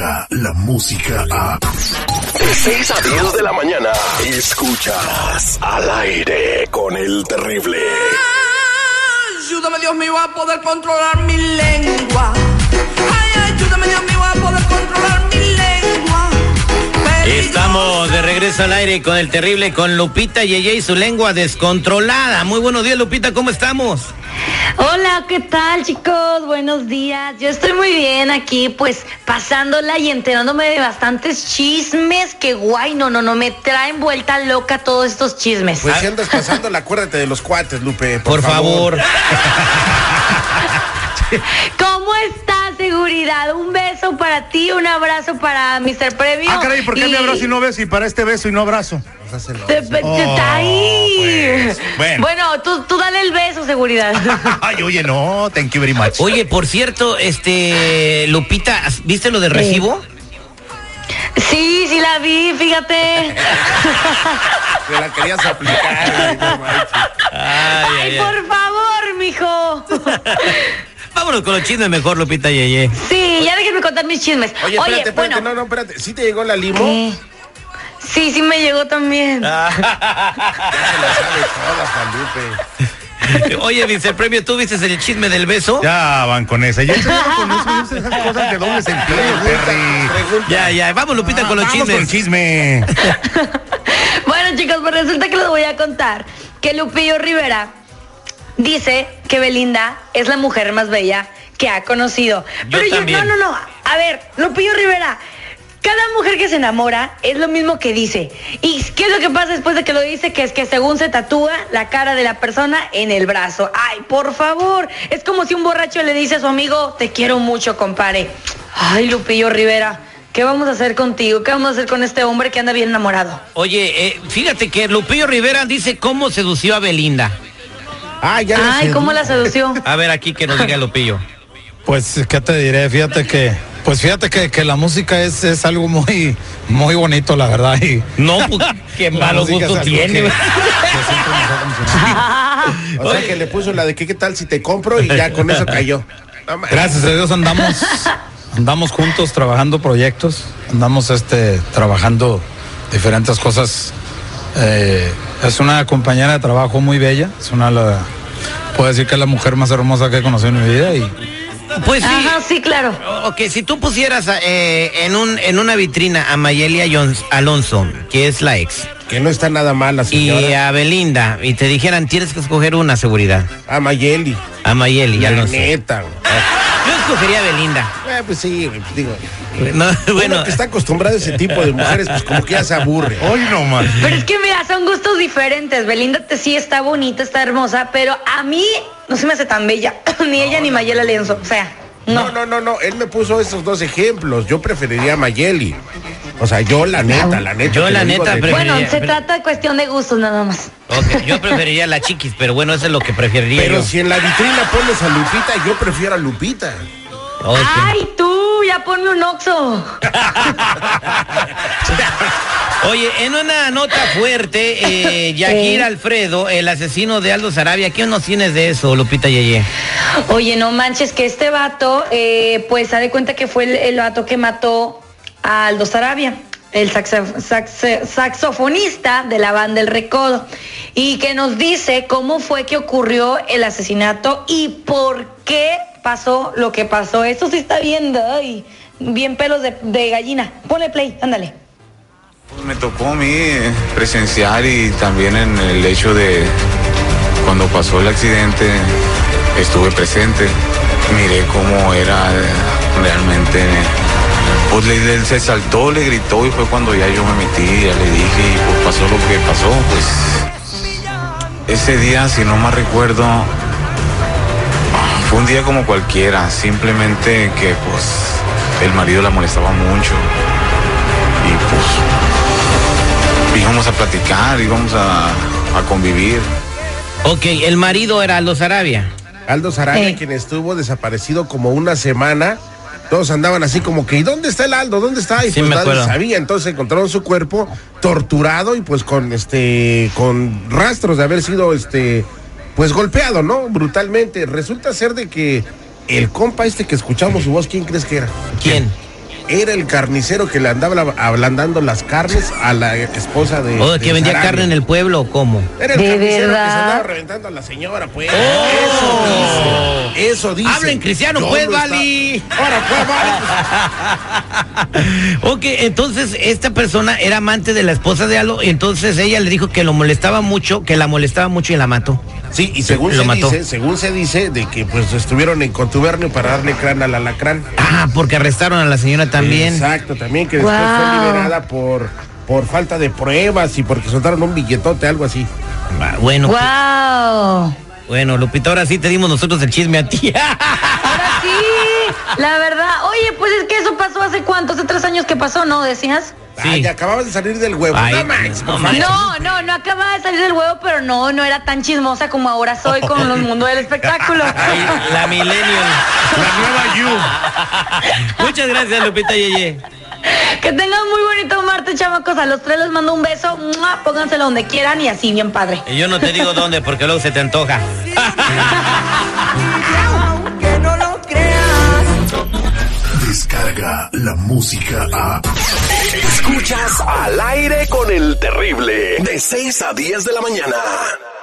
llega la música a... De 6 a 10 de la mañana, escuchas Al Aire con el Terrible. Ayúdame, Dios mío, a poder controlar mi lengua. Ay, ayúdame, Dios mío, a poder controlar mi lengua. Estamos de regreso al aire con el Terrible, con Lupita Yeye y su lengua descontrolada. Muy buenos días, Lupita, ¿cómo estamos? Hola, ¿qué tal, chicos? Buenos días. Yo estoy muy bien aquí, pues pasándola y enterándome de bastantes chismes que guay, no, me traen vuelta loca todos estos chismes. Pues si andas pasándola, acuérdate de los cuates, Lupe, Por favor. ¿Cómo estás, seguridad? Un beso para ti, un abrazo para Mr. Premio. Ah, caray, ¿por qué me abrazo y no beso? Y para este beso y no abrazo. Bueno, tú dale el beso, seguridad. Ay, oye, no, thank you very much. Oye, por cierto, Lupita, ¿viste lo de recibo? Sí, la vi, fíjate. Te la querías aplicar. Ay, por favor, mijo. Vámonos con los chismes mejor, Lupita Yeye. Sí, ya déjenme contar mis chismes. Oye, espérate, bueno. Espérate. ¿Sí te llegó la limo? Sí me llegó también. Ya se la sabe toda, Juan Lupe. Oye, Mr. Premio, ¿tú viste el chisme del beso? Ya van con esa. Yo con esas cosas de doble sentido, Terry. Ya, vamos, Lupita, con los chismes. Con el chisme. Bueno, chicos, pues resulta que les voy a contar que Lupillo Rivera dice que Belinda es la mujer más bella que ha conocido. Yo también. No. A ver, Lupillo Rivera, cada mujer que se enamora es lo mismo que dice. ¿Y qué es lo que pasa después de que lo dice? Que es que según se tatúa la cara de la persona en el brazo. Ay, por favor. Es como si un borracho le dice a su amigo, te quiero mucho, compadre. Ay, Lupillo Rivera, ¿qué vamos a hacer contigo? ¿Qué vamos a hacer con este hombre que anda bien enamorado? Oye, fíjate que Lupillo Rivera dice cómo sedució a Belinda. Ay, ¿cómo la sedució? A ver, aquí que nos diga Lupillo. Pues, ¿qué te diré? Fíjate que la música es algo muy, muy bonito, la verdad. Y no, pues, qué malo gusto tiene. O sea, que le puso la de qué tal si te compro y ya con eso cayó. Gracias a Dios andamos juntos trabajando proyectos, andamos trabajando diferentes cosas. Es una compañera de trabajo muy bella, puedo decir que es la mujer más hermosa que he conocido en mi vida y... Pues sí. Ajá, sí, claro. Ok, si tú pusieras en una vitrina a Mayeli Alonso, que es la ex, que no está nada mal la señora, y a Belinda, y te dijeran, tienes que escoger una, seguridad. A Mayeli Alonso. Neta. Yo escogería a Belinda. Pues sí, digo. No, bueno, uno que está acostumbrado a ese tipo de mujeres, pues como que ya se aburre. Hoy no más. Pero es que mira, son gustos diferentes. Belinda sí está bonita, está hermosa, pero a mí no se me hace tan bella. Ni ella ni Mayeli Alonso. O sea, no. No. Él me puso esos dos ejemplos. Yo preferiría a Mayeli. O sea, yo la neta. Yo la neta preferiría. Bueno, se trata de cuestión de gustos nada más. Okay, yo preferiría a la Chiquis, pero bueno, eso es lo que preferiría. Pero yo. Si en la vitrina pones a Lupita, yo prefiero a Lupita. Okay. Ay, tú, ya ponme un Oxxo. Oye, en una nota fuerte, Yakir Alfredo, el asesino de Aldo Sarabia, ¿qué nos tienes de eso, Lupita Yeye? Oye, no manches, que este vato, pues, se da cuenta que fue el vato que mató a Aldo Sarabia, el saxofonista de la banda El Recodo, y que nos dice cómo fue que ocurrió el asesinato y por qué pasó lo que pasó. Esto sí está bien, ay, bien pelos de gallina. Ponle play, ándale. Me tocó a mí presenciar y también en el hecho de cuando pasó el accidente estuve presente, miré cómo era realmente. Pues él se saltó, le gritó y fue cuando ya yo me metí, ya le dije y pues pasó lo que pasó. Pues ese día, si no me recuerdo, fue un día como cualquiera, simplemente que pues el marido la molestaba mucho y pues íbamos a platicar, íbamos a convivir. Ok, el marido era Aldo Sarabia. Aldo Sarabia, quien estuvo desaparecido como una semana. Todos andaban así como que, ¿y dónde está el Aldo? ¿Dónde está? Y sí, pues me nadie sabía. Entonces encontraron su cuerpo torturado y pues con rastros de haber sido pues golpeado, ¿no? Brutalmente. Resulta ser de que el compa que escuchamos su voz, ¿quién crees que era? ¿Quién? era el carnicero que le andaba ablandando las carnes a la esposa de... ¿O que vendía carne en el pueblo o cómo? Era el ¿De carnicero verdad? que se andaba reventando a la señora, pues. Oh. Eso dice. Hablen cristiano, Yo pues, no Vali. Ahora, pues, Vali. Ok, entonces esta persona era amante de la esposa de Aldo, y entonces ella le dijo que lo molestaba mucho, que la molestaba mucho y la mató. Sí, y según se dice de que pues estuvieron en contubernio para darle crán al alacrán. Ah, porque arrestaron a la señora también. Exacto, también que después fue liberada por falta de pruebas y porque soltaron un billetote, algo así. Bueno, ¡Wow! bueno, Lupita, ahora sí te dimos nosotros el chisme a ti. Ahora sí, la verdad. Oye, pues es que eso pasó hace cuánto, hace 3 años que pasó, ¿no? ¿Decías? Sí. Ay, acababas de salir del huevo. Ay, no, Max, no, por Max. favor. No acababa de salir del huevo, pero no era tan chismosa como ahora soy con los mundos del espectáculo. Ay, la millennial. La nueva You. Muchas gracias, Lupita Yeye. Que tengan muy bonito martes, chamacos. A los 3 les mando un beso. ¡Mua! Pónganselo donde quieran y así bien padre. Y yo no te digo dónde porque luego se te antoja. Aunque no lo creas. Descarga la música a... Escuchas Al Aire con el Terrible, de 6 a 10 de la mañana.